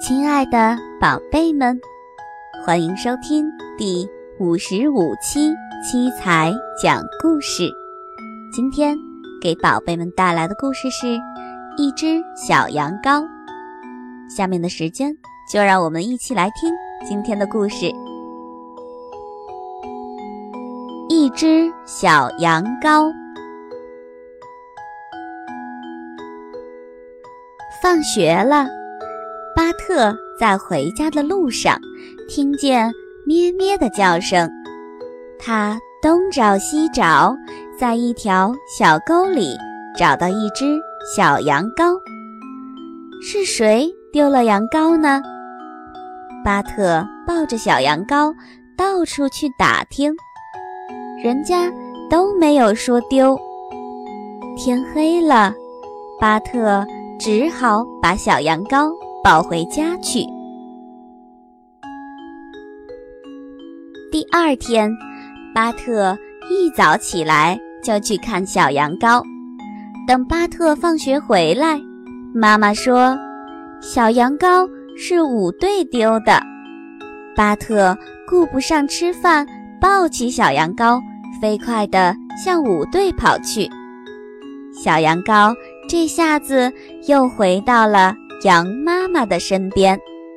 亲爱的宝贝们，欢迎收听第55期七彩讲故事。今天给宝贝们带来的故事是一只小羊羔。下面的时间就让我们一起来听今天的故事。一只小羊羔。放学了，巴特在回家的路上听见咩咩的叫声，他东找西找，在一条小沟里找到一只小羊羔。是谁丢了羊羔呢？巴特抱着小羊羔到处去打听，人家都没有说丢。天黑了，巴特只好把小羊羔抱回家去。第二天，巴特一早起来就去看小羊羔。等巴特放学回来，妈妈说小羊羔是舞队丢的。巴特顾不上吃饭，抱起小羊羔，飞快地向舞队跑去。小羊羔这下子又回到了羊妈妈的身边。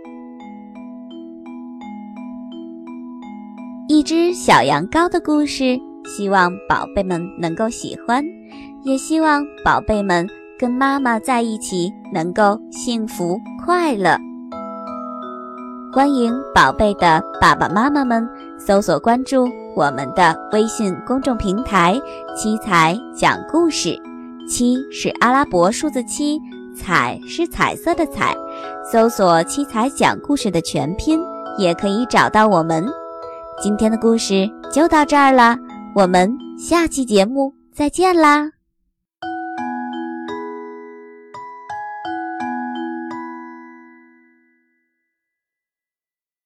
一只小羊羔的故事，希望宝贝们能够喜欢，也希望宝贝们跟妈妈在一起能够幸福快乐。欢迎宝贝的爸爸妈妈们搜索关注我们的微信公众平台七彩讲故事，七是阿拉伯数字7，彩是彩色的彩，搜索七彩讲故事的全拼也可以找到我们。今天的故事就到这儿了，我们下期节目再见啦。